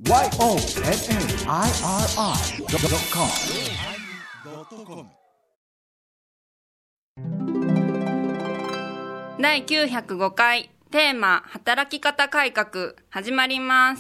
YONNIRI.com 第905回テーマ働き方改革始まります。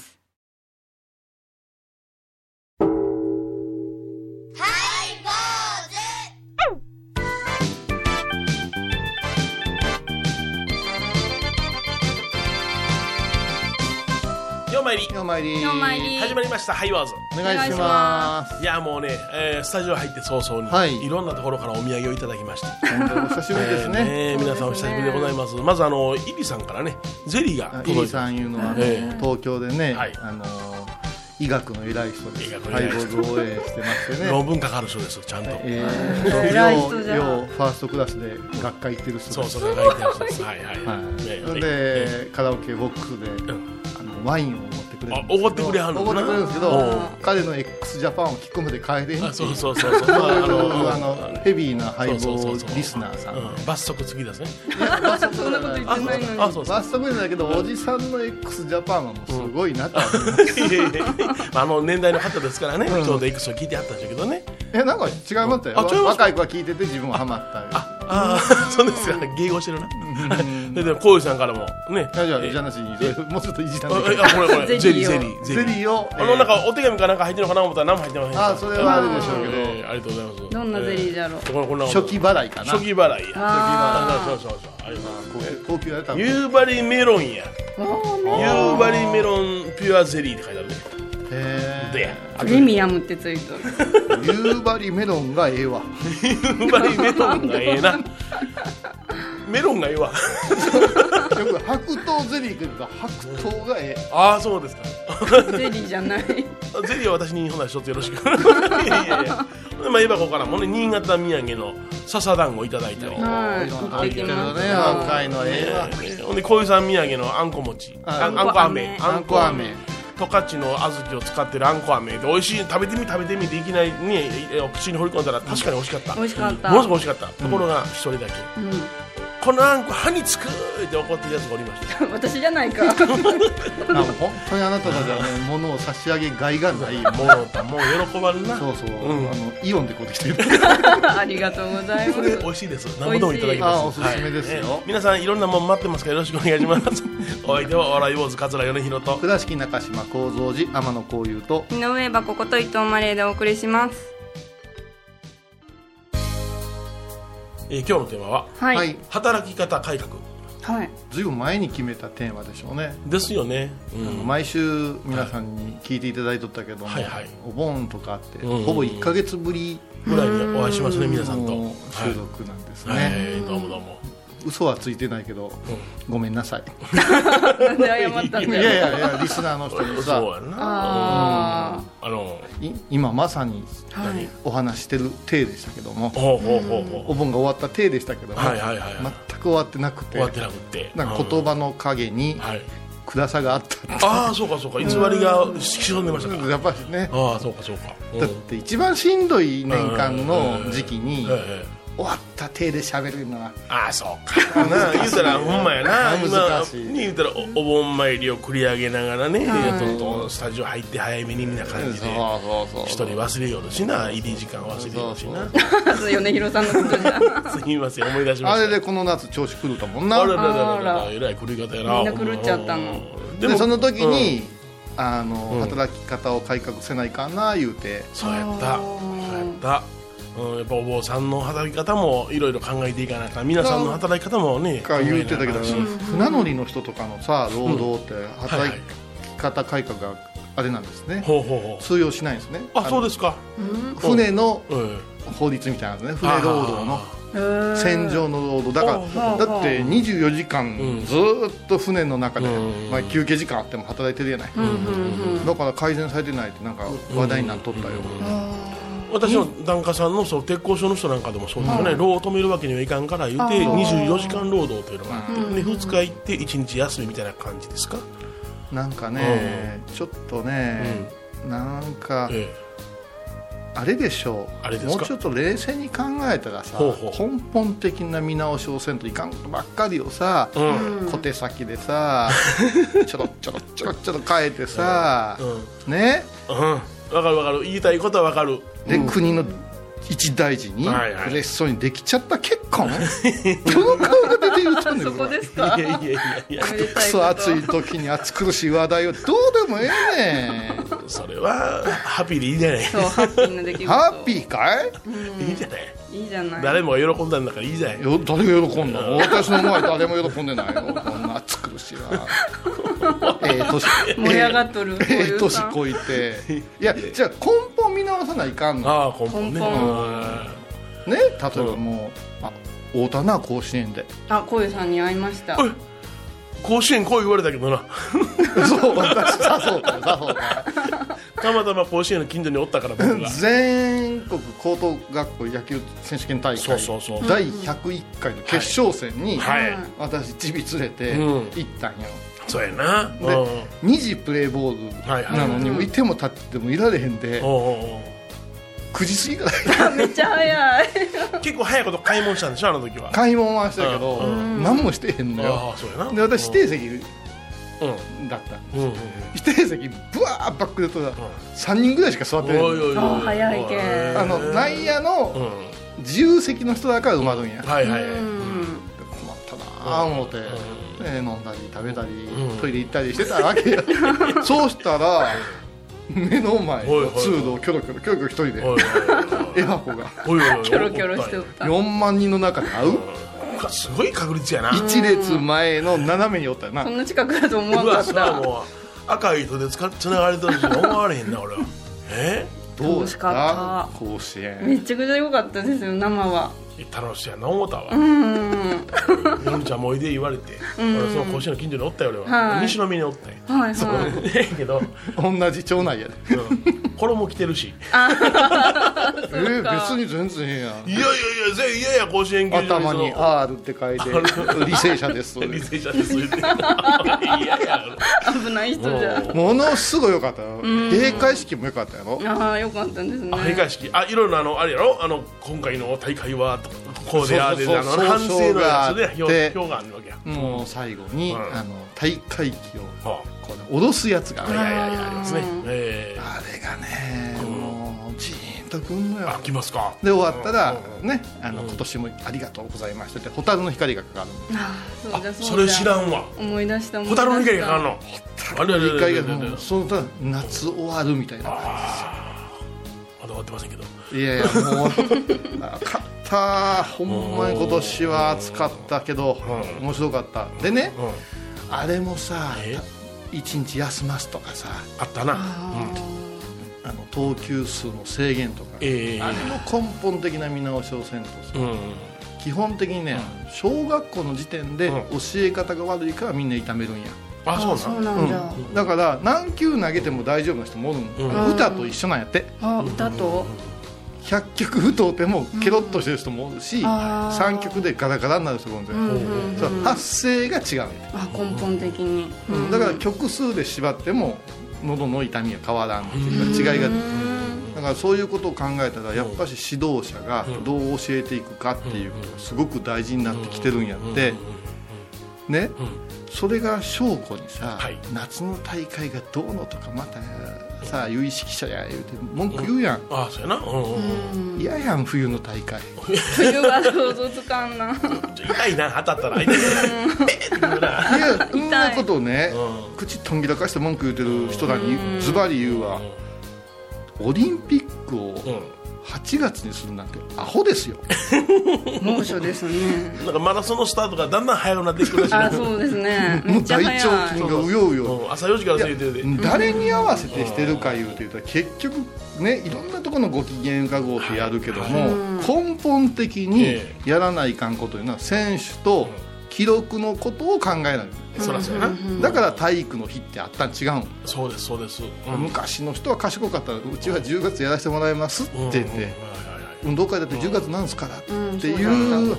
ようまいり始まりました。ハイワーズお願いします。 いやもうね、スタジオ入って早々に、いろんなところからお土産をいただきまして本当にお久しぶりですね。 皆さんお久しぶりでございます。まずイリさんからねゼリーが届いて、 イリさんいうのは、東京でね、医学の偉い人です。ハイボーズを応援してましてね、 論文書かる人です。ちゃんと、 ようファーストクラスで学会行ってる人です。 そう学会行ってる人です。 でカラオケボックスで、ワインを持ってくれるんですけど、 おごってくれはるのかな。 おごってくれるんですけど、彼の x ジャパンを聞くまで帰れんっていう、 そうヘビーなハイボーリスナーさん、 罰則付きですね。 罰則そんなこと言ってないのに。罰則じゃないけど、おじさんの x ジャパンはもうすごいなと思います。 年代の方ですからね、ちょうど X を聞いてはったんですけどね。 なんか違いましたよ。若い子が聞いてて自分はハマったよ。 そうですよ。迎合してるな。でコウイさんからもね、 じゃなしにもうちょっといじったんだけど、 これゼリーをなんかお手紙かなんか入ってるのかな思ったら何も入ってません。 それはあるでしょうけど、 ありがとうございます。 どんなゼリーじゃろう。 初期払いかな。 初期払いや。そう高級やった。 夕張メロンや。夕張メロンピュアゼリーって書いてあるね。 プレミアムってついてる。 夕張メロンがええわ。 夕張メロンがええな。メロンがええわ。よく白桃ゼリーけど白桃がええ。 そうですか。 ゼリーじゃない。ゼリーは私にほな一つよろしく。いや言えばここからもね、新潟土産の笹団子いただいたり、 入ってるね、赤いのええわ。 ほんで小湯さん土産のあんこ餅、あんこ飴、十勝の小豆を使ってるあんこ飴で美味しい、食べてみていきなりね口に放り込んだら確かに美味しかった。ものすごい美味しかった。ところが一人だけ、このあんこ歯につくって怒ってるやつがおりました。 私じゃないか。 本当にあなたたちはね、物を差し上げがいがない。 もう喜ばれるな。 そう、イオンで買うてきてる。 ありがとうございます。 これ美味しいです。何度もいただきます。 おすすめですよ。 皆さんいろんなもん待ってますからよろしくお願いします。お相手はお笑い坊主桂米宏と倉敷中島幸三寺天野幸雄と井上箱こと伊藤マレーでお送りします。 今日のテーマは、働き方改革。 ずいぶん前に決めたテーマでしょうね。 ですよね。 毎週皆さんに聞いていただいとったけども、お盆とかあってほぼ1ヶ月ぶりぐらいにお会いしますね、皆さんと収録なんですね。 どうも嘘はついてないけど、ごめんなさい。 なんで謝ったんだよ。 いやリスナーの人にさ、今まさにお話してる体でしたけども、お盆が終わった体でしたけども、全く終わってなくて、なんか言葉の陰に暗さがあった。 そうか偽りが潜んでましたか。 やっぱりね。 そうか。 だって一番しんどい年間の時期に終わった手で喋るのはそうか言うたらほんまやな。 難しい。 言うたらお盆参りを繰り上げながらね、スタジオ入って早めにみんな感じで一人忘れようとしな、入り時間忘れようとしな。 米広さんのことじゃ。 すみません、思い出しました。 あれでこの夏調子狂ったもんな。 えらい狂い方やな。 みんな狂っちゃったの。 でその時に働き方を改革せないかな言うて。 そうやった。やっぱお坊さんの働き方もいろいろ考えていかなきゃ、皆さんの働き方もね言ってたけど、船乗りの人とかのさ労働って働き方改革があれなんですね。通用しないんですね。 そうですか。 船の法律みたいなんですね。船労働の船上の労働だって24時間ずっと船の中で、休憩時間あっても働いてるやない。だから改善されてないってなんか話題になっとったよ。 私の檀家さんの鉄工所の人なんかでもそうですよね。労を止めるわけにはいかんから言うて24時間労働というのがあって、2日行って1日休みみたいな感じですか。 なんかね、ちょっとね、なんかあれでしょう、もうちょっと冷静に考えたらさ、根本的な見直しをせんといかんことばっかりをさ、小手先でさちょろちょろ変えてさ、ね、 分かる言いたいことは分かる。 で、国の一大事に嬉しそうにできちゃった結婚、どの顔が出て言うとんねん。 そこですか。 いやくそ暑い時に暑苦しい話題をどうでもええねん。 それはハッピーでいいじゃない。 そう、ハッピーな出来事。 ハッピーかい、 いいじゃない。 いいじゃない。 誰もが喜んだんだからいいじゃない。 誰が喜んだの。私の前誰も喜んでないの。こんな暑苦しいわ。 盛り上がっとる。 年こいて、いや、じゃあ根本見直さないかんの。 根本ね。 例えばもう会うたな、甲子園で。 小遊さんに会いました。 甲子園来い言われたけどな。 そう、私誘うた。 たまたま甲子園の近所におったから僕が。 全国高等学校野球選手権大会第101回の決勝戦に私チビ連れて行ったんよ。 そうやな。 で、2時プレーボールなのにいても立ってもいられへんで、9時過ぎからめっちゃ早い。 結構早いこと買い物したんでしょ、あの時は。 買い物はしたけど何もしてへんのよ。で、私指定席だった。指定席ブワーバックでとら3人ぐらいしか座ってない。 早いけん。 内野の自由席の人だから埋まるんや。困ったなあ思って飲んだり食べたりトイレ行ったりしてたわけよ。そうしたら目の前の通路をキョロキョロ一人でエハコがキョロキョロしておった。 4万人の中で会う。 すごい確率やな。 一列前の斜めにおったよな。 そんな近くだと思わなかった。 もう赤い糸でつながれてるし思われへんな俺は。 どうした甲子園。 めちゃくちゃ良かったですよ、生は。 楽しいやな思ったわ。のりちゃんもおいで言われて、俺その甲子園の近所におったよ。俺は西宮におったよ。そうけど同じ町内やで。 衣着てるし。 別に全然いいやん。 いや嫌や甲子園球場。 頭に R って書いて履正社です。 履正社です言って。嫌や。 危ない人じゃ。 ものすごい良かったよ。閉会式も良かったやろ。 良かったんですね。 閉会式、いろいろあれやろ、今回の大会はこうであれで反省のやつで表があるわけや。 もう最後に大会旗を下ろすやつがありますね。 あれがね、もうジーンとくんのよ。 来ますか。 で終わったらね、今年もありがとうございましたって蛍の光がかかる。 それ知らんわ。 思い出した。 蛍の光がかかるの。 蛍の光がその夏終わるみたいな感じですよ。 まだ終わってませんけど。 いやもう勝ったほんまに今年は暑かったけど面白かった。でね、あれもさ1日休ますとかさあったな。 投球数の制限とか、あれの根本的な見直しをせんとさ、基本的にね、小学校の時点で教え方が悪いからみんな痛めるんや。 そうなんだ。 だから何球投げても大丈夫な人もおるん。歌と一緒なんやって。 歌と 100曲歌うてもケロッとしてる人もおるし、3曲でガラガラになる人もおるんで、発声が違うん根本的に。 だから曲数で縛っても喉の痛みは変わらんっていうか違いが。だからそういうことを考えたらやっぱし指導者がどう教えていくかっていうことがすごく大事になってきてるんやってね。それが証拠にさ、夏の大会がどうのとかまたさ有識者や言うて文句言うやん。 そうやな。 嫌やん冬の大会。 冬は想像つかんな。 痛いな、当たったら痛い。いやそんなことをね、口とんぎらかして文句言うてる人らにズバリ言うわ。オリンピックを8月にするなんてアホですよ。 猛暑ですね。 なんかマラソンのスタートがだんだん早くなっていくらしい。 そうですね。 もう大腸筋がうようよ。 朝4時から過ぎてるで。 誰に合わせてしてるか言うて言ったら結局ね、いろんなところのご機嫌伺おうってやるけども、根本的にやらないかんこというのは選手と記録のことを考えない。 そうやな。 だから体育の日ってあったん違うん。 そうですそうです。 昔の人は賢かったらうちは10月やらせてもらいますって言って運動会だって10月なんすからっていう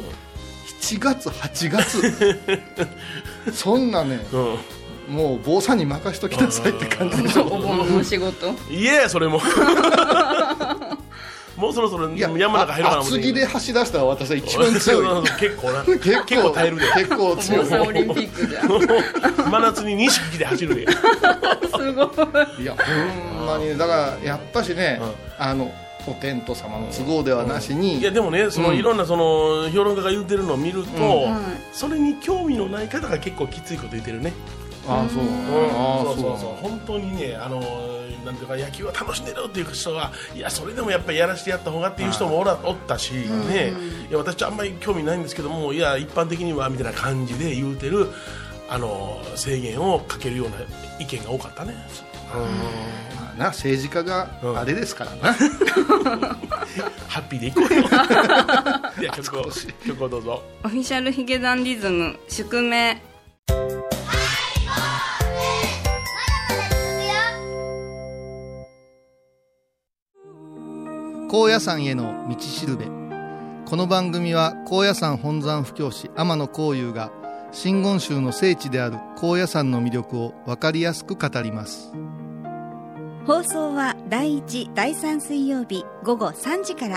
7月8月そんなね、もう坊さんに任しときなさいって感じでしょ。 お盆の仕事。 いやそれももうそろそろ山の中入るかな。 厚木で走らせたら私は一番強い。 結構耐えるで。 結構強い。 オリンピックじゃん。 真夏に錦着で走るで。 すごい。 いやほんまにだからやっぱしね、お天道様の都合ではなしに、 いやでもね、いろんな評論家が言ってるのを見ると、それに興味のない方が結構きついこと言ってるね。 ああそう本当にね、なんていうか野球を楽しんでるっていう人は、いやそれでもやっぱりやらせてやった方がっていう人もおったしね、いや私あんまり興味ないんですけども、いや一般的にはみたいな感じで言うてる制限をかけるような意見が多かったね。 政治家があれですからな、 ハッピーでいこうよ。では曲をどうぞ。 オフィシャルヒゲダンディズム宿命。 高野山への道しるべ。この番組は高野山本山布教師天野幸雄が真言宗の聖地である高野山の魅力を分かりやすく語ります。 放送は第1、第3水曜日午後3時から。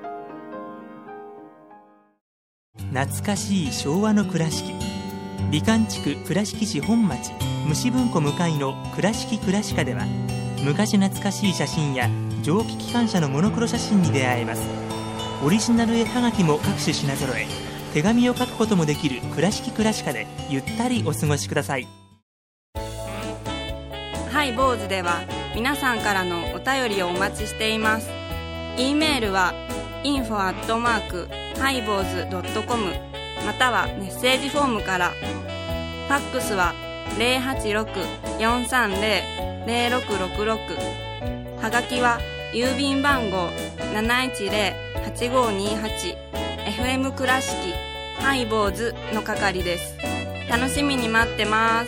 懐かしい昭和の倉敷、美観地区倉敷市本町虫文庫向かいの倉敷倉歯科では、昔懐かしい写真や蒸気機関車のモノクロ写真に出会えます。オリジナル絵はがきも各種品揃え、手紙を書くこともできる倉敷倉歯科でゆったりお過ごしください。 ハイボーズでは皆さんからのお便りをお待ちしています。 E メールは info@highboz.com またはメッセージフォームから。ファックスは 086-430-0666、 はがきは郵便番号 710-8528 FM 倉敷ハイボーズの係です。楽しみに待ってます。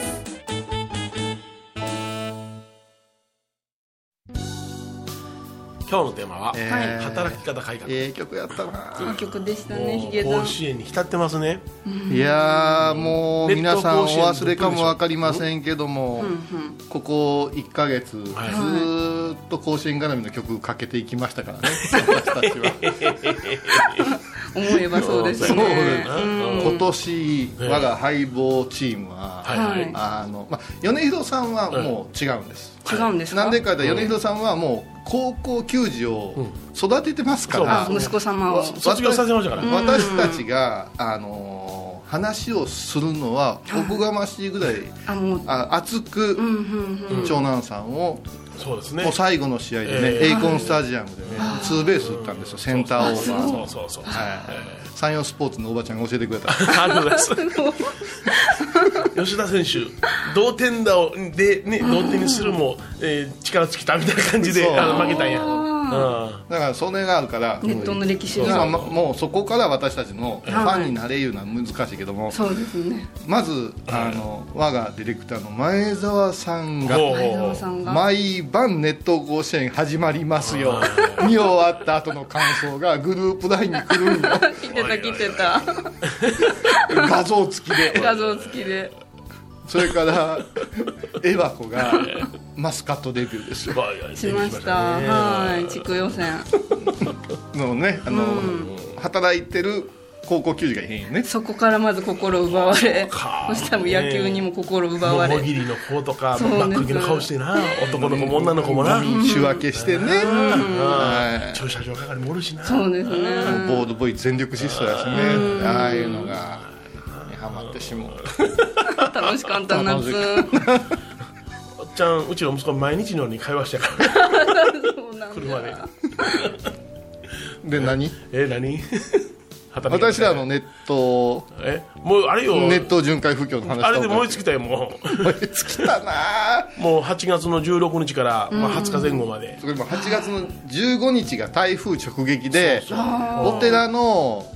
今日のテーマは、働き方改革。 曲やったな。 いい曲でしたね。ヒゲダン甲子園に浸ってますね。 いやもう皆さんお忘れかも分かりませんけども、ここ1ヶ月、ずっと甲子園絡みの曲かけていきましたからね、私たちは。 思えばそうですね。 今年我がハイボーチームは、米広さんはもう違うんです。 違うんですか。 なんでかというと、米広さんはもう高校球児を育ててますから、 息子様を卒業させましたから。 私たちが話をするのはおこがましいぐらい熱く長男さんを、 そうですね、 もう最後の試合でね、エイコンスタジアムでね、ツーベース打ったんですよ、センターオーバー。山陽スポーツのおばちゃんが教えてくれた。 ありがとうございます。吉田選手、同点打でね、同点にするも力尽きたみたいな感じで負けたんや。だからそれがあるから、 ネットの歴史がもうそこから私たちのファンになれいうのは難しいけども、 そうですね。 まず我がディレクターの前澤さんが毎晩ネット甲子園始まりますよ、見終わった後の感想がグループ LINE に来るんよ。 来てた画像付きで。 それからエバコがマスカットデビューですよ。 しました。はい、地区予選のね、働いてる高校球児がいへんよね。 そこからまず心奪われ、そしたら野球にも心奪われ、 もぎりの子とかバックギの顔してな、男の子も女の子もな、 仕分けしてね、 駐車場係もおるしな。 そうですね。 ボードボーイ全力疾走やしね、ああいうのがハマってしまう。 楽しかった夏。 おっちゃん、うちの息子毎日のように会話してから、車で。 で何？ 何？ 私らのネット、 もうあれよ、 ネット巡回不況の話、 あれで燃え尽きたよ。もう燃え尽きたな。 もう8月の16日から20日前後まで、 8月の15日が台風直撃で、お寺の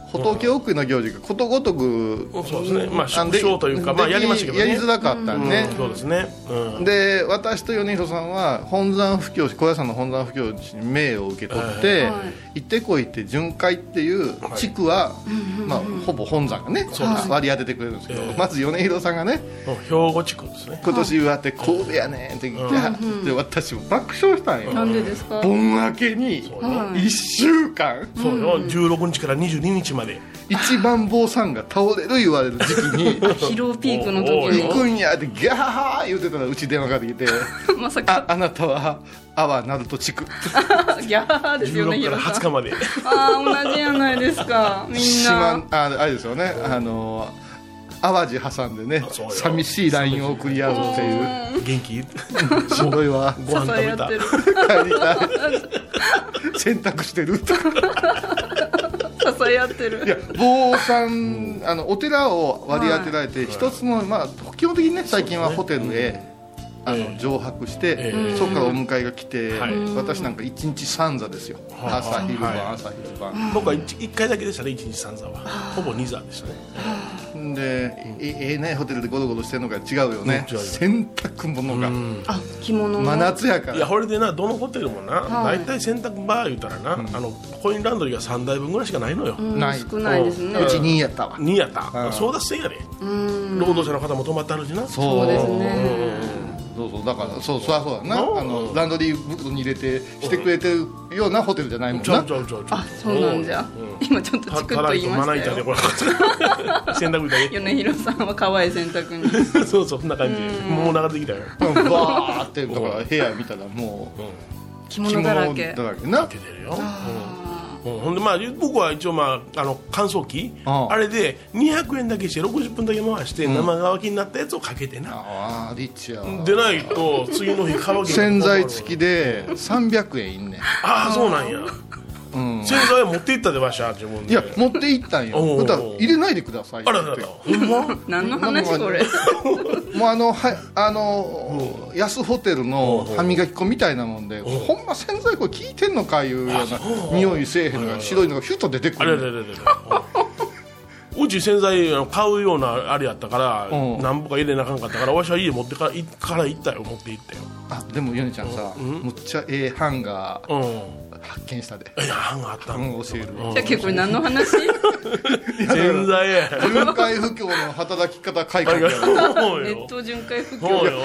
仏送りの行事がことごとく、 そうですね、まあ縮小というか、まあやりましたけどね、 やりづらかったんで、 そうですね、 で私と米広さんは本山布教師、小屋さんの本山布教師に命を受け取って、行ってこいって巡回っていう地区は、まあほぼ本山がね割り当ててくれるんですけど、まず米広さんがね、 兵庫地区ですね、 今年はってこうやねんって言って、私も爆笑したんよ。 なんでですか？ 盆明けに1週間、 そうよ、16日から22日まで一番坊さんが倒れる言われる時期に疲労ピークの時に行くんやってギャー言うてたらうち電話かかってきてまさかあなたは阿波鳴門地区ギャーですよね、 16から20日まで同じやないですか、みんなあれですよね、淡路挟んでね、寂しい LINE を送り合うっていう元気しんどいわ、 ご飯食べた、 帰りたい洗濯してるとか支え合ってる。 いや坊さんお寺を割り当てられて、一つの、まあ、基本的にね最近はホテルへ上泊して、そこからお迎えが来て、私なんか1日3座ですよ、朝昼晩、朝昼晩。 僕は 1回だけでしたね、1日3座は、ほぼ2座でしたね。 でね、ホテルでゴロゴロしてるのが違うよね、洗濯物が、 着物真夏やから。 いやこれでな、どのホテルもな、大体洗濯バー言うたらな、コインランドリーが3台分ぐらいしかないのよ、 少ないですね。 うち2やったわ、 2やった、争奪戦やで、労働者の方も泊まってあるしな、 そうですね、 そうだからそうだな、ランドリー袋に入れてしてくれてるようなホテルじゃないもんな。 そうなんじゃ、今ちょっとチクッと言いましたよ、 洗濯板米広さんは可愛い洗濯にそうそんな感じ、もう流れてきたよ、 バーってだから部屋見たらもう着物だらけなってるよ。ほんでまあ僕は一応乾燥機あれで200円だけして60分だけ回して生乾きになったやつをかけてな、 リッチやでないと次の日乾き洗剤付きで300円いんねん。 そうなんや、洗剤持っていったでわしゃ自分で。 いや持っていったんよ。だから入れないでくださいって。 あららら、ほんま何の話これもう安ホテルの歯磨き粉みたいなもんで、ほんま洗剤これ効いてんのかいうような匂いせえへんのが白いのがヒュッと出てくる。 うち洗剤買うようなあれやったから何ぼか入れなあかんかったから、わしは家持ってから行ったよ、持って行ったよ。 でもヨネちゃんさ、むっちゃハンガー発見したで。 ハンガーあったの、 教える。 じゃあ結構何の話洗剤や巡回不況の働き方改革やろネット巡回不況よ、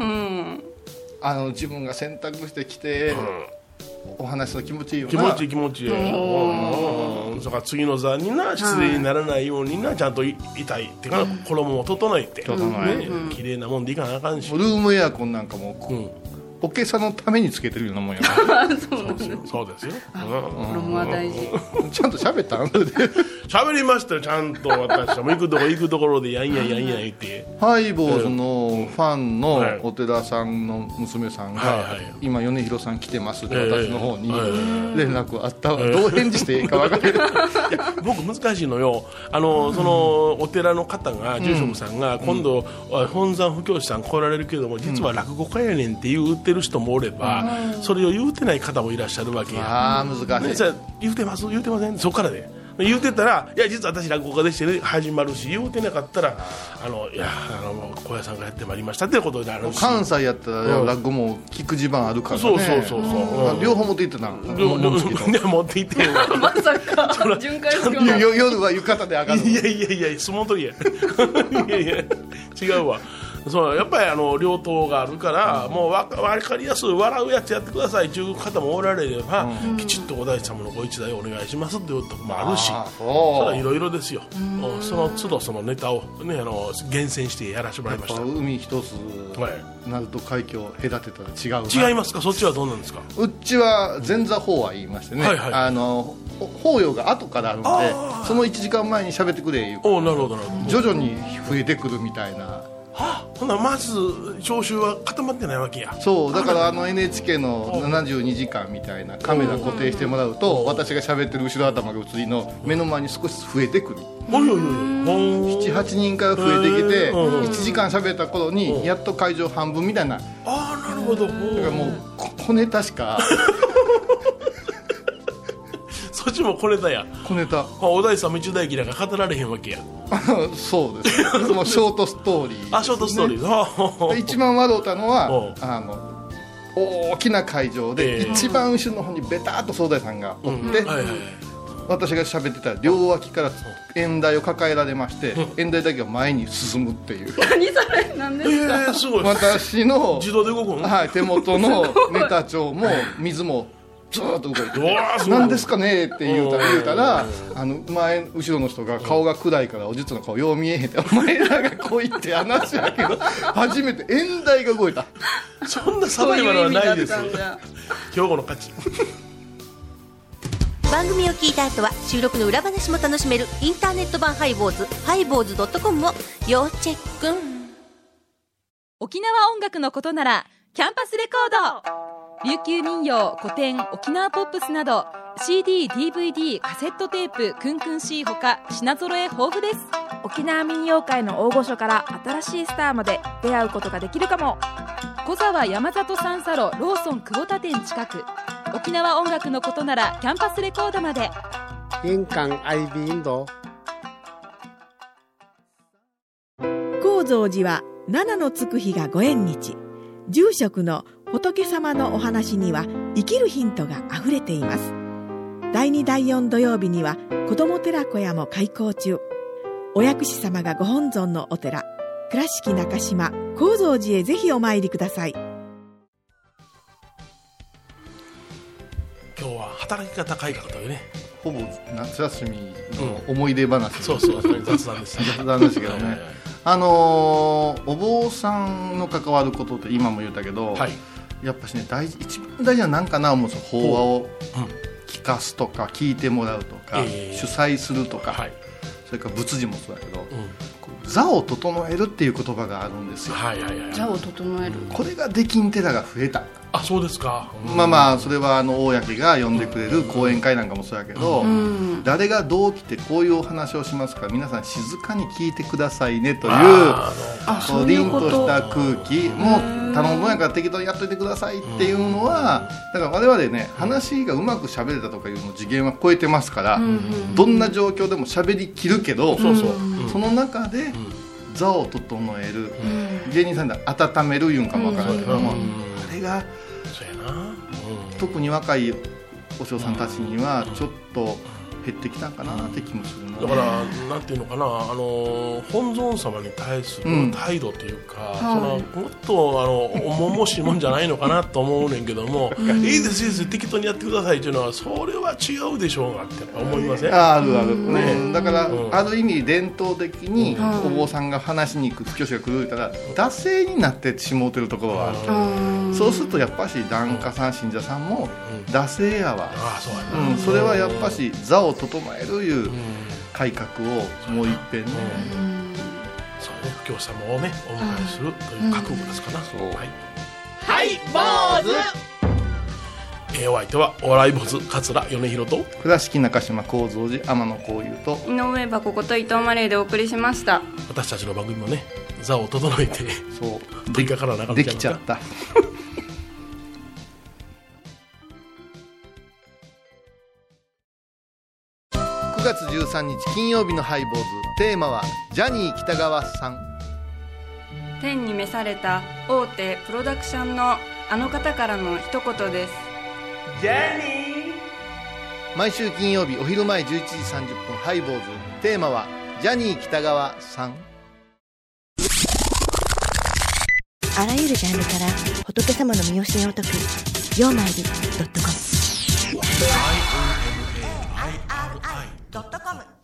自分が洗濯してきて、お話すの気持ちいいよな。 気持ちいいだから次の座にな失礼にならないようにな、ちゃんと痛いっていうか、衣を整えて綺麗なもんでいかなあかんし、 ルームエアコンなんかもおけさのためにつけてるようなもんやそうですよ、 衣は大事。 ちゃんと喋ったん喋りましたよ、ちゃんと。私も行くところでやんや言ってハイボーズのファンのお寺さんの娘さんが今米広さん来てますって私の方に連絡あったわ。どう返事していいか分からないいや僕難しいのよ。そのお寺の方が住職さんが今度本山布教師さん来られるけども、実は落語家やねんって言ってる人もおれば、それを言うてない方もいらっしゃるわけや。 難しい。 言うてます言うてません、そこからで言うてたら、いや実は私落語家でしてね始まるし、言うてなかったら小屋さんがやってまいりましたってことになるし、 関西やったら落語も聞く地盤あるからね。 そう両方持って行ってた持って行ってんまさか巡回不況の夜は浴衣で上がる。 いや相撲取りやいや違うわ。そうやっぱり両党があるから、もう分かりやすい笑うやつやってくださいという方もおられれば、きちっとお大師様のご一代お願いしますっていうとこもあるし、それはいろいろですよ。その都度そのネタを、厳選してやらせてもらいました。 海一つ鳴門海峡隔てたら違う。 違いますか？そっちはどうなんですか？ うちは前座法は言いましてね、法要が後からあるので、その1時間前に喋ってくれいうから、 なるほど徐々に増えてくるみたいな。 ほなまず聴衆は固まってないわけや。 そうだからNHK の72時間みたいなカメラ固定してもらうと、私が喋ってる後ろ頭が映りの目の前に少し増えてくる。7,8 人から増えてきて、1時間喋った頃にやっと会場半分みたいな。 なるほど。だからもう小ネタしかそそっちも小ネタや。 小ネタ。 お大師さん道大嫌いが語られへんわけや。 そうですそのショートストーリー、ね、 ショートストーリー一番笑うたのは大きな会場で一番後ろの方にベターっと総大さんがおって、私が喋ってたら両脇から演台を抱えられまして、演台だけが前に進むっていう。 何それ、何ですか。 すごい。 私の自動で動くの、 はい、手元のネタ帳も水もずーっと動いて何ですかねって言うたら後ろの人が顔が暗いからおじつの顔よう見えへんってお前らがこう言って話やけど初めて演台が動いた。 そんなサバイバルはないです。兵庫の勝ち。 番組を聞いた後は収録の裏話も楽しめるインターネット版ハイボーズハイボーズ .com を要チェック。 沖縄音楽のことならキャンパスレコード。琉球民謡、古典、沖縄ポップスなど CD、DVD、カセットテープ、クンクン C ほか品揃え豊富です。 沖縄民謡界の大御所から新しいスターまで出会うことができるかも。 小沢山里三佐路ローソン久保田店近く。沖縄音楽のことならキャンパスレコードまで。 印鑑 IB インド。 高蔵寺は七のつく日がご縁日。住職の仏様のお話には生きるヒントがあふれています。第2第4土曜日には子ども寺小屋も開校中。お薬師様がご本尊のお寺倉敷中島・高蔵寺へぜひお参りください。 今日は働き方改革というね、 ほぼ夏休みの思い出話、 そうそう雑談です雑談ですけどねお坊さんの関わることって今も言ったけど、やっぱしね一番大事な何かな思うんですよ。法話を聞かすとか聞いてもらうとか、主催するとか、それから仏事もそうだけど、座を整えるっていう言葉があるんですよ。 座を整える、 これができん寺が増えた。 そうですか。 まあそれは公が呼んでくれる講演会なんかもそうやけど、誰がどう来てこういうお話をしますから皆さん静かに聞いてくださいねという凛とした空気も頼むやから適当にやっといてくださいっていうのは、だから我々ね、話がうまく喋れたとかいうの次元は超えてますから、どんな状況でも喋りきるけど、その中で座を整える、芸人さんで温めるいうんかもわからないけども、あれが特に若いお嬢さんたちにはちょっと減ってきたんかなって気もするな。 だからなんていうのかな、本尊様に対する態度というか、もっと重々しいもんじゃないのかなと思うねんけども、いいですいいです適当にやってくださいっていうのはそれは違うでしょうがってやっぱ思いません？ あるある、ね、だから、ある意味伝統的にお坊さんが話しに行く布教師が来るたら惰性になってしもうてるところがある。そうするとやっぱし檀家さん信者さんも惰性やわ。それはやっぱし座を整えるいう改革をもう一遍ね、 そうね、布教師様をねお迎えするという覚悟ですかな。 はい、坊主。 お相手はお笑い坊主桂米広と倉敷中島高蔵寺天野幸雄と井上箱こと伊藤マレーでお送りしました。 私たちの番組もね座を整えてできちゃった9月13日金曜日のハイボーズ、テーマはジャニー喜多川さん。 天に召された大手プロダクションのあの方からの一言です。 ジャニー。 毎週金曜日お昼前11時30分ハイボーズ、テーマはジャニー喜多川さん。 あらゆるジャンルから仏様の身教えを説くようまいり.com